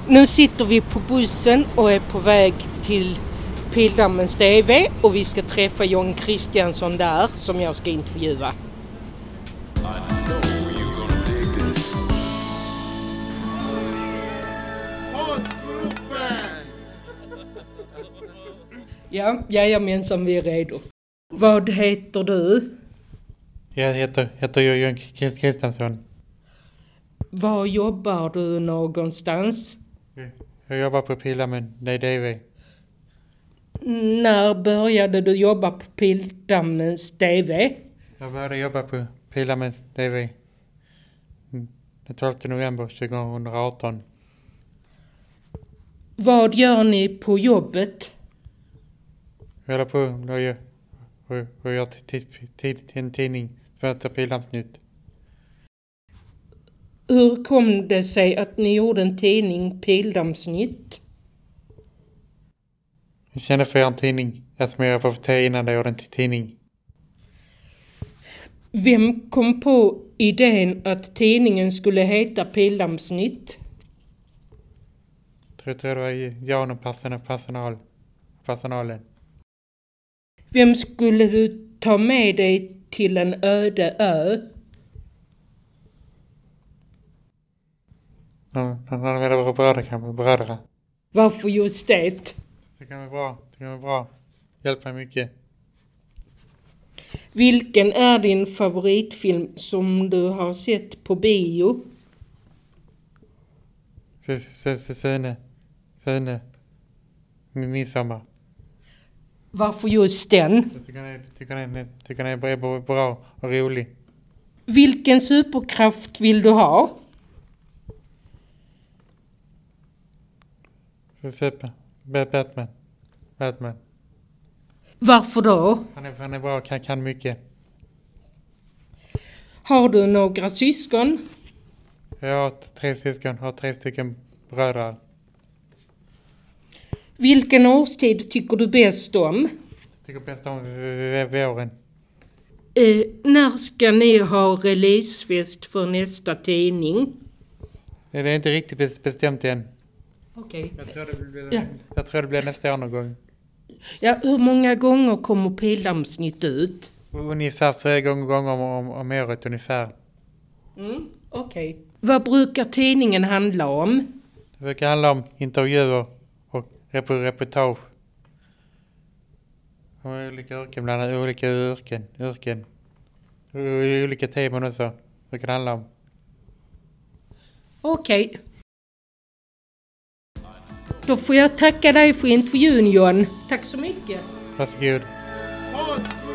Nu sitter vi på bussen och är på väg till Pildammens TV och vi ska träffa John Kristiansson där som jag ska intervjua. Ja, jajamensan, vi är redo. Vad heter du? Jag heter John Kristiansson. Var jobbar du någonstans? Jag jobbar på Pildammens TV. När började du jobba på Pildammens TV? Jag började jobba på Pildammens TV den 12 november 2018. Vad gör ni på jobbet? Jag håller på och gör till en tidning som heter Pildammsnytt. Hur kom det sig att ni gjorde en tidning, Pildammsnytt? Jag kände för en tidning eftersom jag var på TV innan jag gjorde en tidning. Vem kom på idén att tidningen skulle heta Pildammsnytt? Jag tror det var jag och personalen. Vem skulle du ta med dig till en öde ö? Han vill vara bröder. Varför just det? Det kan vara bra. Hjälper mycket. Vilken är din favoritfilm som du har sett på bio? Söne. Midsommar. Varför just den? Jag tycker den är bra och rolig. Vilken superkraft vill du ha? Batman. Varför då? Han är bra, kan mycket. Har du några syskon? Jag har 3 syskon, har 3 stycken bröder. Vilken årstid tycker du bäst om? Jag tycker bäst om våren. När ska ni ha releasefest för nästa tidning? Det är inte riktigt bestämt än. Okej. Jag tror det blir nästa år någon gång. Ja, hur många gånger kommer Pildammsnytt ut? Ungefär 4 gånger om året ungefär. Okej. Vad brukar tidningen handla om? Det brukar handla om intervjuer och reportage. Om olika yrken, bland annat olika yrken. Olika teman också. Det kan handla om. Okej. Då får jag tacka dig för intervjun, John. Tack så mycket. Varsågod.